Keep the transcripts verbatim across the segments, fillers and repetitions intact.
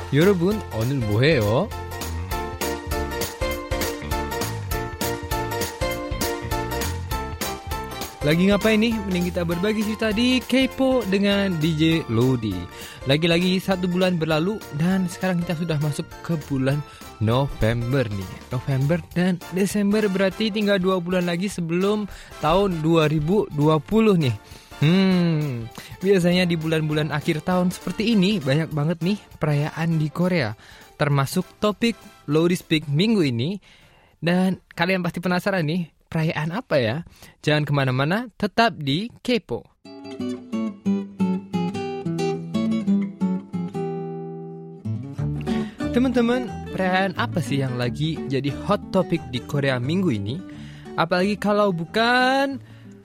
여러분, 오늘 뭐해요? Lagi ngapain nih? Mending kita berbagi cerita di Kepo dengan D J Lodi. Lagi-lagi satu bulan berlalu dan sekarang kita sudah masuk ke bulan November nih. November dan Desember berarti tinggal dua bulan lagi sebelum tahun dua ribu dua puluh nih. Hmm, biasanya di bulan-bulan akhir tahun seperti ini banyak banget nih perayaan di Korea. Termasuk topik Lodi Speak minggu ini. Dan kalian pasti penasaran nih, perayaan apa ya? Jangan kemana-mana, tetap di Kepo. Teman-teman, perayaan apa sih yang lagi jadi hot topic di Korea minggu ini? Apalagi kalau bukan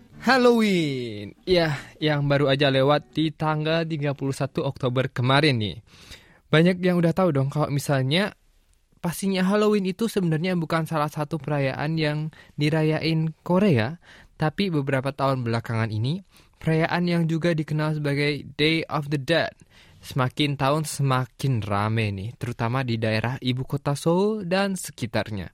Halloween. Ya, yang baru aja lewat di tanggal tiga puluh satu Oktober kemarin nih. Banyak yang udah tahu dong kalau misalnya pastinya Halloween itu sebenarnya bukan salah satu perayaan yang dirayain Korea, tapi beberapa tahun belakangan ini, perayaan yang juga dikenal sebagai Day of the Dead semakin tahun semakin rame nih, terutama di daerah ibu kota Seoul dan sekitarnya.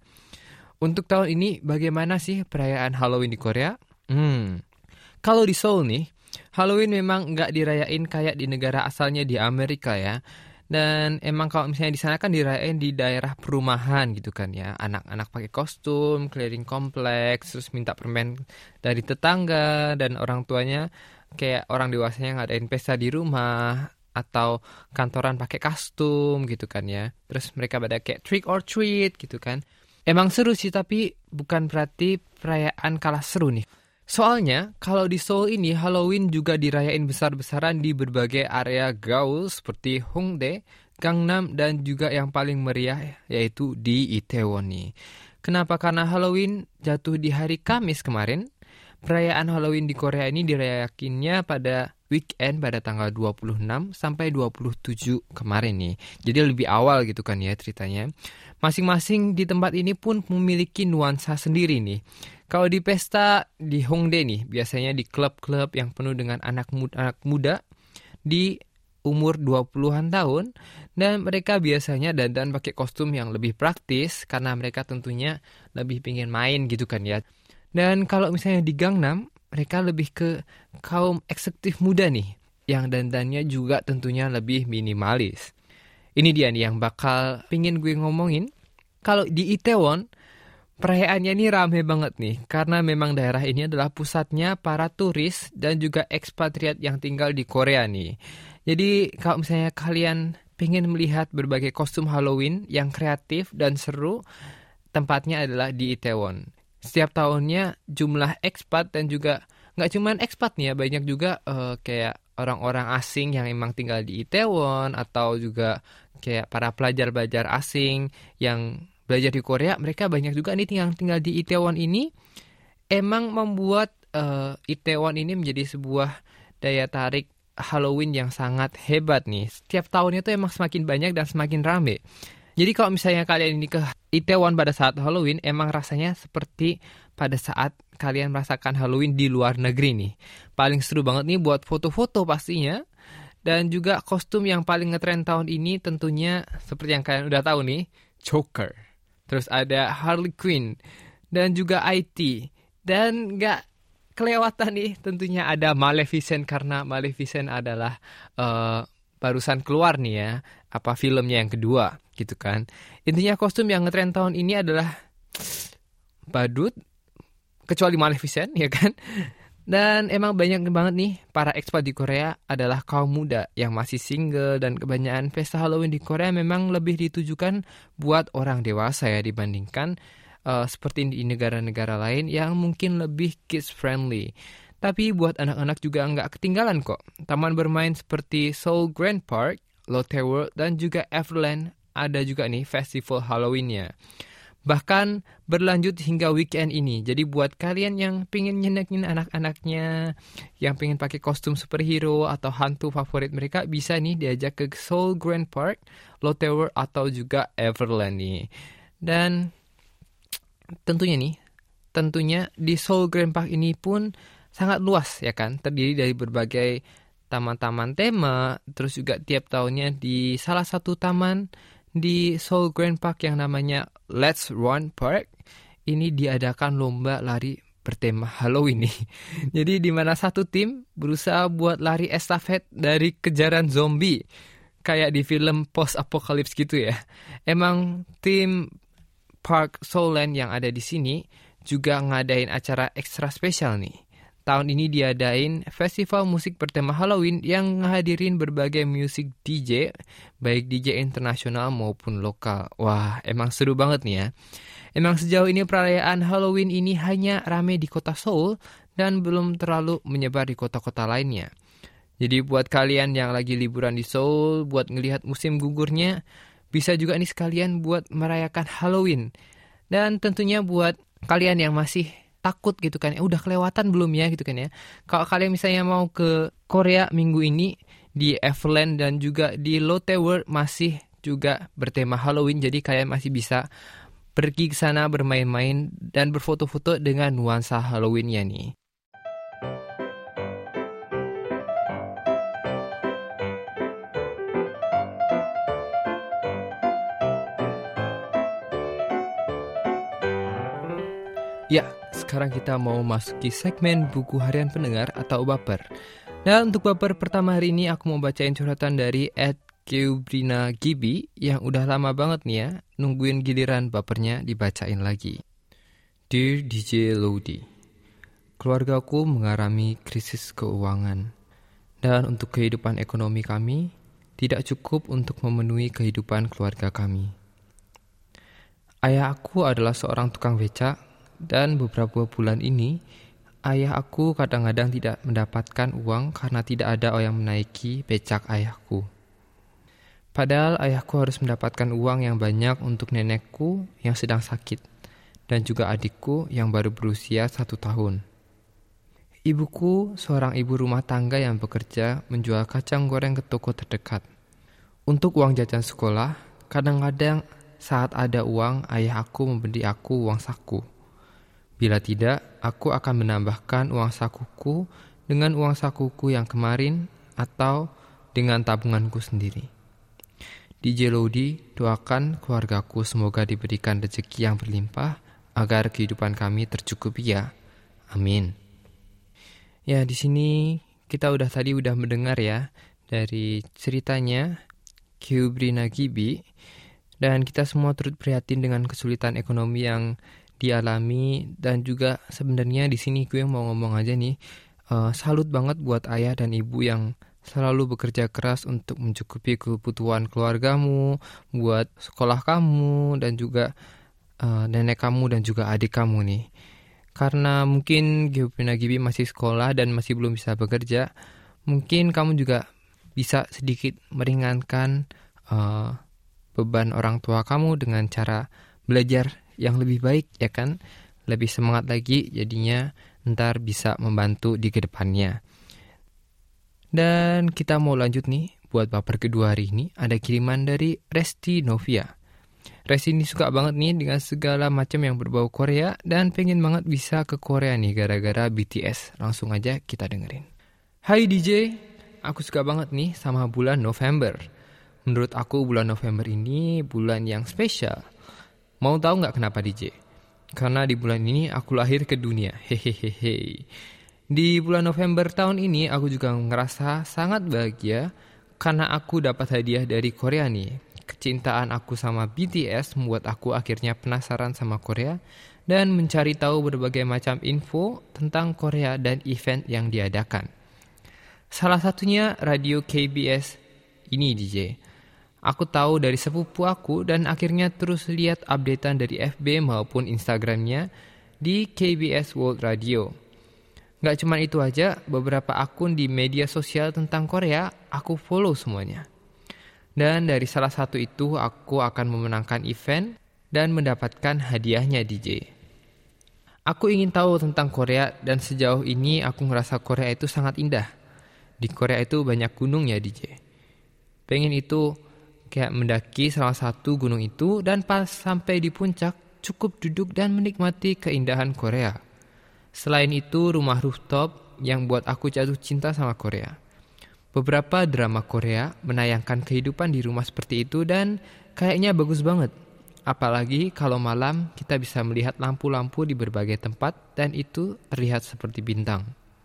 Untuk tahun ini, bagaimana sih perayaan Halloween di Korea? Hmm, kalau di Seoul nih, Halloween memang nggak dirayain kayak di negara asalnya di Amerika ya. Dan emang kalau misalnya di sana kan dirayain di daerah perumahan gitu kan ya. Anak-anak pakai kostum, keliling kompleks, terus minta permen dari tetangga, dan orang tuanya kayak orang dewasanya ngadain pesta di rumah, atau kantoran pakai kostum gitu kan ya. Terus mereka pada kayak trick or treat gitu kan. Emang seru sih, tapi bukan berarti perayaan kalah seru nih. Soalnya, kalau di Seoul ini, Halloween juga dirayain besar-besaran di berbagai area gaul seperti Hongdae, Gangnam, dan juga yang paling meriah yaitu di Itaewon nih. Kenapa? Karena Halloween jatuh di hari Kamis kemarin. Perayaan Halloween di Korea ini dirayakinnya pada weekend pada tanggal dua puluh enam sampai dua puluh tujuh kemarin nih. Jadi lebih awal gitu kan ya ceritanya. Masing-masing di tempat ini pun memiliki nuansa sendiri nih. Kalau di pesta di Hongdae nih, biasanya di klub-klub yang penuh dengan anak muda, anak muda di umur dua puluhan tahun, dan mereka biasanya dandan pakai kostum yang lebih praktis karena mereka tentunya lebih pingin main gitu kan ya. Dan kalau misalnya di Gangnam, mereka lebih ke kaum eksekutif muda nih, yang dandannya juga tentunya lebih minimalis. Ini dia nih yang bakal pingin gue ngomongin. Kalau di Itaewon, perayaannya ini rame banget nih, karena memang daerah ini adalah pusatnya para turis dan juga ekspatriat yang tinggal di Korea nih. Jadi kalau misalnya kalian pengen melihat berbagai kostum Halloween yang kreatif dan seru, tempatnya adalah di Itaewon. Setiap tahunnya jumlah ekspat dan juga nggak cuman ekspat nih ya, banyak juga uh, kayak orang-orang asing yang emang tinggal di Itaewon, atau juga kayak para pelajar-pelajar asing yang belajar di Korea, mereka banyak juga nih yang tinggal di Itaewon ini. Emang membuat uh, Itaewon ini menjadi sebuah daya tarik Halloween yang sangat hebat nih. Setiap tahunnya tuh emang semakin banyak dan semakin rame. Jadi kalau misalnya kalian ini ke Itaewon pada saat Halloween, emang rasanya seperti pada saat kalian merasakan Halloween di luar negeri nih. Paling seru banget nih buat foto-foto pastinya. Dan juga kostum yang paling ngetren tahun ini tentunya seperti yang kalian udah tahu nih, Joker. Terus ada Harley Quinn dan juga I T. Dan gak kelewatan nih tentunya ada Maleficent, karena Maleficent adalah uh, barusan keluar nih ya, apa filmnya yang kedua gitu kan. Intinya kostum yang ngetren tahun ini adalah badut, kecuali Maleficent ya kan. Dan emang banyak banget nih para ekspat di Korea adalah kaum muda yang masih single, dan kebanyakan pesta Halloween di Korea memang lebih ditujukan buat orang dewasa ya, dibandingkan uh, seperti di negara-negara lain yang mungkin lebih kids friendly. Tapi buat anak-anak juga nggak ketinggalan kok. Taman bermain seperti Seoul Grand Park, Lotte World, dan juga Everland ada juga nih festival Halloween-nya. Bahkan berlanjut hingga weekend ini. Jadi buat kalian yang pengen nyenengin anak-anaknya, yang pengen pakai kostum superhero atau hantu favorit mereka, bisa nih diajak ke Seoul Grand Park, Lotte World, atau juga Everland nih. Dan tentunya nih, tentunya di Seoul Grand Park ini pun sangat luas ya kan, terdiri dari berbagai taman-taman tema, terus juga tiap tahunnya di salah satu taman di Seoul Grand Park yang namanya Let's Run Park, ini diadakan lomba lari bertema Halloween nih. Jadi di mana satu tim berusaha buat lari estafet dari kejaran zombie, kayak di film post apocalypse gitu ya. Emang tim Park Seoulland yang ada di sini juga ngadain acara ekstra spesial nih. Tahun ini diadain festival musik bertema Halloween yang ngehadirin berbagai musik D J, baik D J internasional maupun lokal. Wah, emang seru banget nih ya. Emang sejauh ini perayaan Halloween ini hanya rame di kota Seoul dan belum terlalu menyebar di kota-kota lainnya. Jadi buat kalian yang lagi liburan di Seoul, buat ngelihat musim gugurnya, bisa juga nih sekalian buat merayakan Halloween. Dan tentunya buat kalian yang masih takut gitu kan, eh, udah kelewatan belum ya gitu kan ya. Kalau kalian misalnya mau ke Korea minggu ini, di Everland dan juga di Lotte World masih juga bertema Halloween. Jadi kalian masih bisa pergi ke sana bermain-main dan berfoto-foto dengan nuansa Halloween-nya nih. Ya, sekarang kita mau masuki segmen buku harian pendengar atau baper. Dan untuk baper pertama hari ini aku mau bacain curhatan dari at Keubrina Gibi yang udah lama banget nih ya, nungguin giliran bapernya dibacain lagi. Dear D J Lodi, keluargaku mengalami krisis keuangan. Dan untuk kehidupan ekonomi kami, tidak cukup untuk memenuhi kehidupan keluarga kami. Ayah aku adalah seorang tukang becak, dan beberapa bulan ini, ayah aku kadang-kadang tidak mendapatkan uang karena tidak ada yang menaiki becak ayahku. Padahal ayahku harus mendapatkan uang yang banyak untuk nenekku yang sedang sakit, dan juga adikku yang baru berusia satu tahun. Ibuku seorang ibu rumah tangga yang bekerja menjual kacang goreng ke toko terdekat. Untuk uang jajan sekolah, kadang-kadang saat ada uang, ayah aku memberi aku uang saku. Bila tidak, aku akan menambahkan uang sakuku dengan uang sakuku yang kemarin atau dengan tabunganku sendiri. D J Lodi, doakan keluargaku semoga diberikan rezeki yang berlimpah agar kehidupan kami tercukupi ya. Amin. Ya, di sini kita udah tadi udah mendengar ya dari ceritanya Keubrina Gibi, dan kita semua turut prihatin dengan kesulitan ekonomi yang dialami. Dan juga sebenarnya di sini gue mau ngomong aja nih, uh, salut banget buat ayah dan ibu yang selalu bekerja keras untuk mencukupi kebutuhan keluargamu, buat sekolah kamu dan juga uh, nenek kamu dan juga adik kamu nih. Karena mungkin Keubrina Gibi masih sekolah dan masih belum bisa bekerja, mungkin kamu juga bisa sedikit meringankan uh, beban orang tua kamu dengan cara belajar yang lebih baik ya kan, lebih semangat lagi, jadinya ntar bisa membantu di kedepannya. Dan kita mau lanjut nih buat baper kedua hari ini, ada kiriman dari Resti Novia. Resti ini suka banget nih dengan segala macam yang berbau Korea dan pengen banget bisa ke Korea nih gara-gara B T S. Langsung aja kita dengerin. Hai D J, aku suka banget nih sama bulan November. Menurut aku bulan November ini bulan yang spesial. Mau tahu nggak kenapa D J? Karena di bulan ini aku lahir ke dunia. Hehehehe. Di bulan November tahun ini aku juga ngerasa sangat bahagia karena aku dapat hadiah dari Korea nih. Kecintaan aku sama B T S membuat aku akhirnya penasaran sama Korea dan mencari tahu berbagai macam info tentang Korea dan event yang diadakan. Salah satunya radio K B S ini D J. Aku tahu dari sepupu aku dan akhirnya terus lihat updatean dari F B maupun Instagramnya di K B S World Radio. Gak cuma itu aja, beberapa akun di media sosial tentang Korea aku follow semuanya. Dan dari salah satu itu aku akan memenangkan event dan mendapatkan hadiahnya D J. Aku ingin tahu tentang Korea dan sejauh ini aku ngerasa Korea itu sangat indah. Di Korea itu banyak gunung ya D J. Pengen itu kayak mendaki salah satu gunung itu dan pas sampai di puncak cukup duduk dan menikmati keindahan Korea. Selain itu rumah rooftop yang buat aku jatuh cinta sama Korea. Beberapa drama Korea menayangkan kehidupan di rumah seperti itu dan kayaknya bagus banget. Apalagi kalau malam kita bisa melihat lampu-lampu di berbagai tempat dan itu terlihat seperti bintang.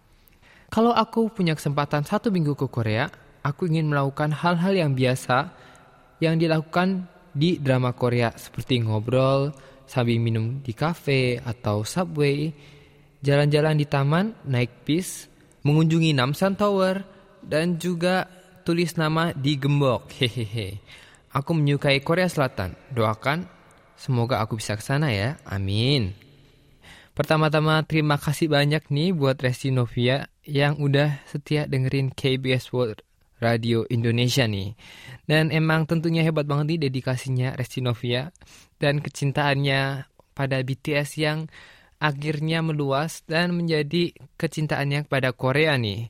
Kalau aku punya kesempatan satu minggu ke Korea, aku ingin melakukan hal-hal yang biasa yang dilakukan di drama Korea seperti ngobrol sambil minum di kafe atau subway, jalan-jalan di taman, naik bis, mengunjungi Namsan Tower, dan juga tulis nama di gembok. Hehehe. Aku menyukai Korea Selatan. Doakan semoga aku bisa ke sana ya. Amin. Pertama-tama terima kasih banyak nih buat Resti Novia yang udah setia dengerin K B S World Radio Indonesia nih. Dan emang tentunya hebat banget nih dedikasinya Resti Novia dan kecintaannya pada B T S yang akhirnya meluas dan menjadi kecintaannya kepada Korea nih.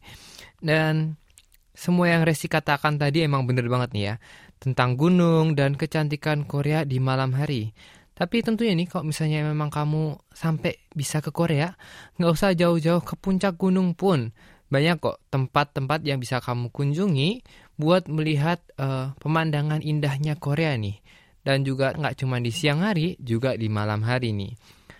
Dan semua yang Resti katakan tadi emang bener banget nih ya, tentang gunung dan kecantikan Korea di malam hari. Tapi tentunya nih kalau misalnya memang kamu sampai bisa ke Korea, nggak usah jauh-jauh ke puncak gunung pun. Banyak kok tempat-tempat yang bisa kamu kunjungi buat melihat uh, pemandangan indahnya Korea nih. Dan juga nggak cuma di siang hari, juga di malam hari nih.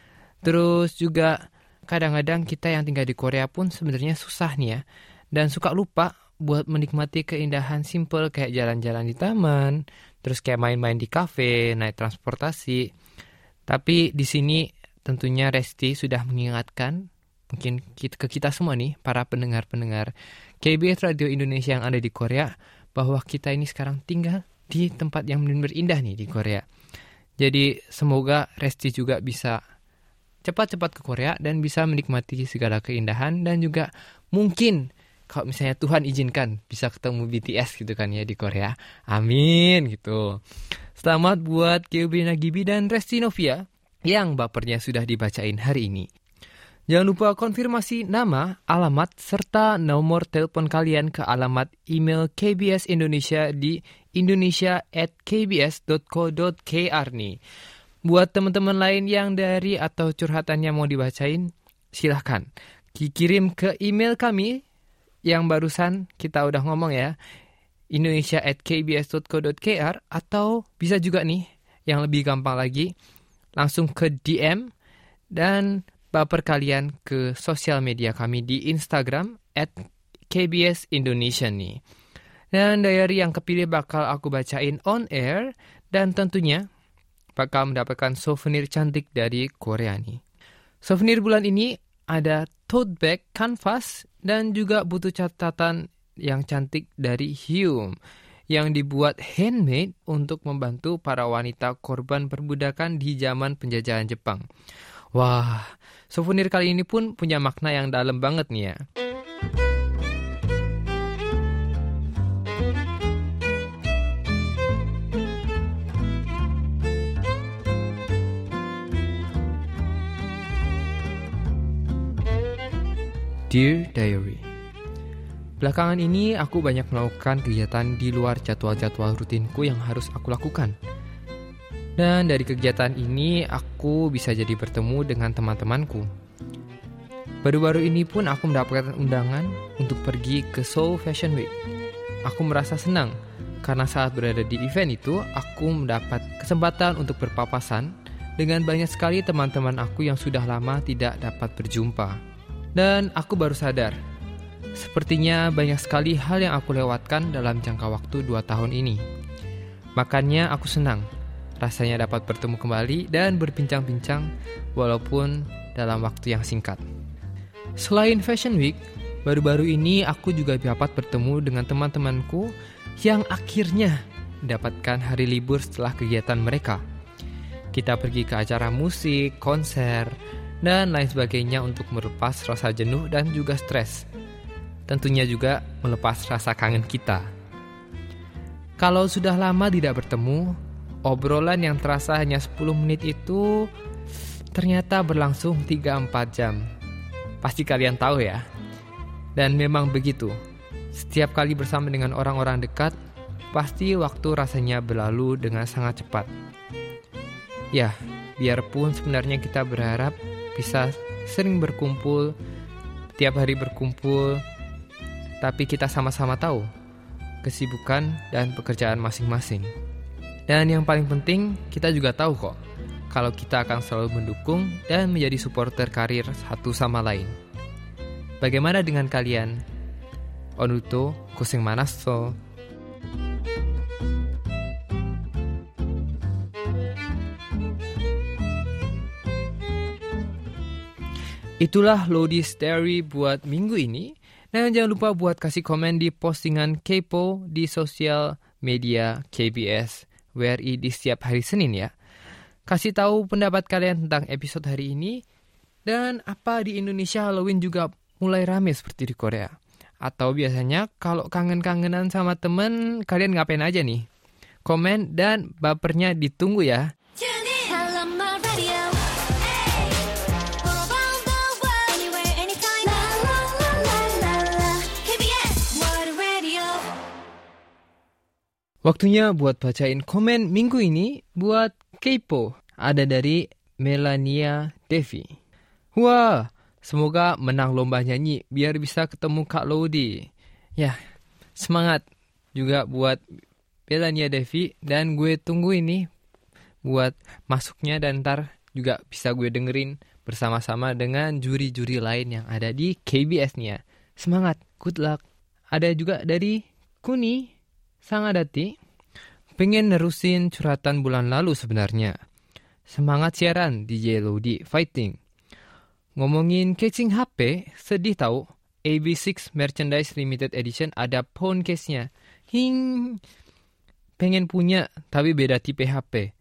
Terus juga kadang-kadang kita yang tinggal di Korea pun sebenarnya susah nih ya. Dan suka lupa buat menikmati keindahan simple kayak jalan-jalan di taman, terus kayak main-main di kafe, naik transportasi. Tapi di sini tentunya Resti sudah mengingatkan mungkin ke kita semua nih, para pendengar-pendengar K B S Radio Indonesia yang ada di Korea, bahwa kita ini sekarang tinggal di tempat yang benar-benar indah nih di Korea. Jadi semoga Resti juga bisa cepat-cepat ke Korea dan bisa menikmati segala keindahan dan juga mungkin kalau misalnya Tuhan izinkan bisa ketemu B T S gitu kan ya di Korea. Amin gitu. Selamat buat Kyubi Nagibi dan Resti Novia yang bapernya sudah dibacain hari ini. Jangan lupa konfirmasi nama, alamat, serta nomor telepon kalian ke alamat email K B S Indonesia di indonesia at k b s dot co dot k r nih. Buat teman-teman lain yang dari atau curhatannya mau dibacain, silahkan kirim ke email kami yang barusan kita udah ngomong ya, indonesia at k b s dot co dot k r, atau bisa juga nih, yang lebih gampang lagi, langsung ke D M dan baper kalian ke sosial media kami di Instagram at K B S Indonesia nih. Dan diary yang kepilih bakal aku bacain on air dan tentunya bakal mendapatkan souvenir cantik dari Korea nih. Souvenir bulan ini ada tote bag kanvas dan juga butuh catatan yang cantik dari Hyum yang dibuat handmade untuk membantu para wanita korban perbudakan di zaman penjajahan Jepang. Wah, souvenir kali ini pun punya makna yang dalam banget nih ya. Dear Diary, belakangan ini aku banyak melakukan kegiatan di luar jadwal-jadwal rutinku yang harus aku lakukan. Dan dari kegiatan ini aku bisa jadi bertemu dengan teman-temanku. Baru-baru ini pun aku mendapatkan undangan untuk pergi ke Seoul Fashion Week. Aku merasa senang karena saat berada di event itu aku mendapat kesempatan untuk berpapasan dengan banyak sekali teman-teman aku yang sudah lama tidak dapat berjumpa. Dan aku baru sadar, sepertinya banyak sekali hal yang aku lewatkan dalam jangka waktu dua tahun ini. Makanya aku senang rasanya dapat bertemu kembali dan berbincang-bincang walaupun dalam waktu yang singkat. Selain Fashion Week, baru-baru ini aku juga dapat bertemu dengan teman-temanku yang akhirnya mendapatkan hari libur setelah kegiatan mereka. Kita pergi ke acara musik, konser, dan lain sebagainya untuk melepas rasa jenuh dan juga stres. Tentunya juga melepas rasa kangen kita. Kalau sudah lama tidak bertemu, obrolan yang terasa hanya sepuluh menit itu ternyata berlangsung tiga sampai empat jam. Pasti kalian tahu ya. Dan memang begitu. Setiap kali bersama dengan orang-orang dekat, pasti waktu rasanya berlalu dengan sangat cepat. Ya, biarpun sebenarnya kita berharap bisa sering berkumpul, tiap hari berkumpul, tapi kita sama-sama tahu kesibukan dan pekerjaan masing-masing. Dan yang paling penting, kita juga tahu kok kalau kita akan selalu mendukung dan menjadi supporter karir satu sama lain. Bagaimana dengan kalian? Onuto 고생 많았어. Itulah Lodi's Diary buat minggu ini. Dan jangan lupa buat kasih komen di postingan Kepo di sosial media K B S W R I di setiap hari Senin ya. Kasih tahu pendapat kalian tentang episode hari ini. Dan apa di Indonesia Halloween juga mulai rame seperti di Korea. Atau biasanya kalau kangen-kangenan sama temen, kalian ngapain aja nih? Komen dan bapernya ditunggu ya. Waktunya buat bacain komen minggu ini buat Kepo. Ada dari Melania Devi. Wah, semoga menang lomba nyanyi biar bisa ketemu Kak Lodi. Ya, semangat juga buat Melania Devi. Dan gue tunggu ini buat masuknya dan ntar juga bisa gue dengerin bersama-sama dengan juri-juri lain yang ada di K B S nih ya. Semangat, good luck. Ada juga dari Kuni Sangadati, pengen nerusin curhatan bulan lalu sebenarnya. Semangat siaran D J Lodi, fighting. Ngomongin casing H P, sedih tahu. A B enam Merchandise Limited Edition ada phone case-nya. Hing, pengen punya tapi beda tipe H P.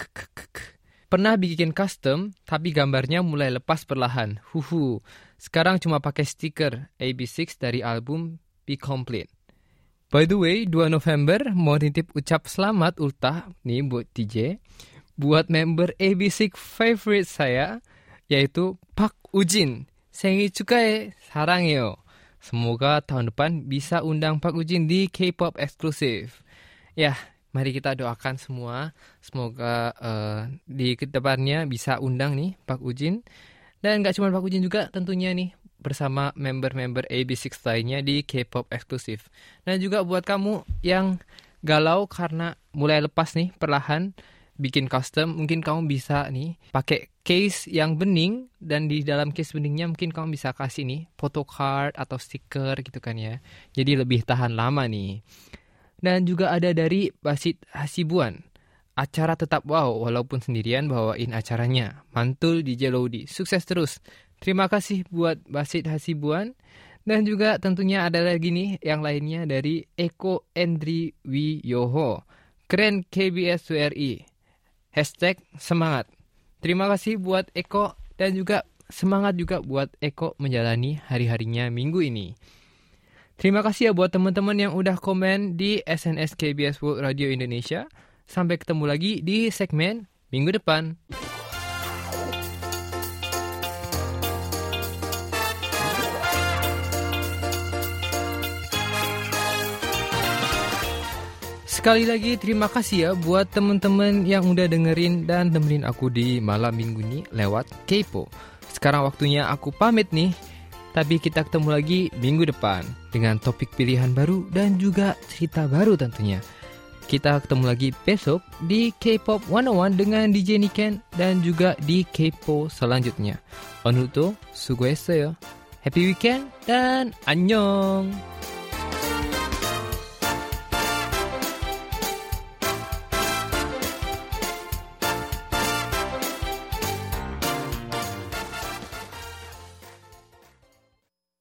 Pernah bikin custom tapi gambarnya mulai lepas perlahan. Huhu. Sekarang cuma pakai stiker A B enam dari album Be Complete. By the way, dua November mau nitip ucap selamat ultah nih buat D J. Buat member A B enam favorite saya, yaitu Park Ujin. 생일 축하해, 사랑해요. Semoga tahun depan bisa undang Park Ujin di K-pop eksklusif. Ya, mari kita doakan semua. Semoga uh, di kedepannya bisa undang nih Park Ujin. Dan gak cuma Park Ujin juga tentunya nih. Bersama member-member A B enam lainnya di K-pop eksklusif. Dan juga buat kamu yang galau karena mulai lepas nih perlahan bikin custom, mungkin kamu bisa nih pakai case yang bening dan di dalam case beningnya mungkin kamu bisa kasih nih photocard atau stiker gitu kan ya. Jadi lebih tahan lama nih. Dan juga ada dari Basit Hasibuan. Acara tetap wow walaupun sendirian bawain acaranya. Mantul D J Lodi. Sukses terus. Terima kasih buat Basit Hasibuan. Dan juga tentunya ada lagi nih yang lainnya dari Eko Endri Wiyoho. Keren K B S W R I. Hashtag semangat. Terima kasih buat Eko dan juga semangat juga buat Eko menjalani hari-harinya minggu ini. Terima kasih ya buat teman-teman yang udah komen di S N S K B S World Radio Indonesia. Sampai ketemu lagi di segmen minggu depan. Sekali lagi terima kasih ya buat teman-teman yang udah dengerin dan temenin aku di malam minggu ini lewat Kepo. Sekarang waktunya aku pamit nih. Tapi kita ketemu lagi minggu depan dengan topik pilihan baru dan juga cerita baru tentunya. Kita ketemu lagi besok di K-pop seratus satu dengan D J Niken dan juga di Kepo selanjutnya. Onuto, sugo했어요. Happy weekend dan annyeong.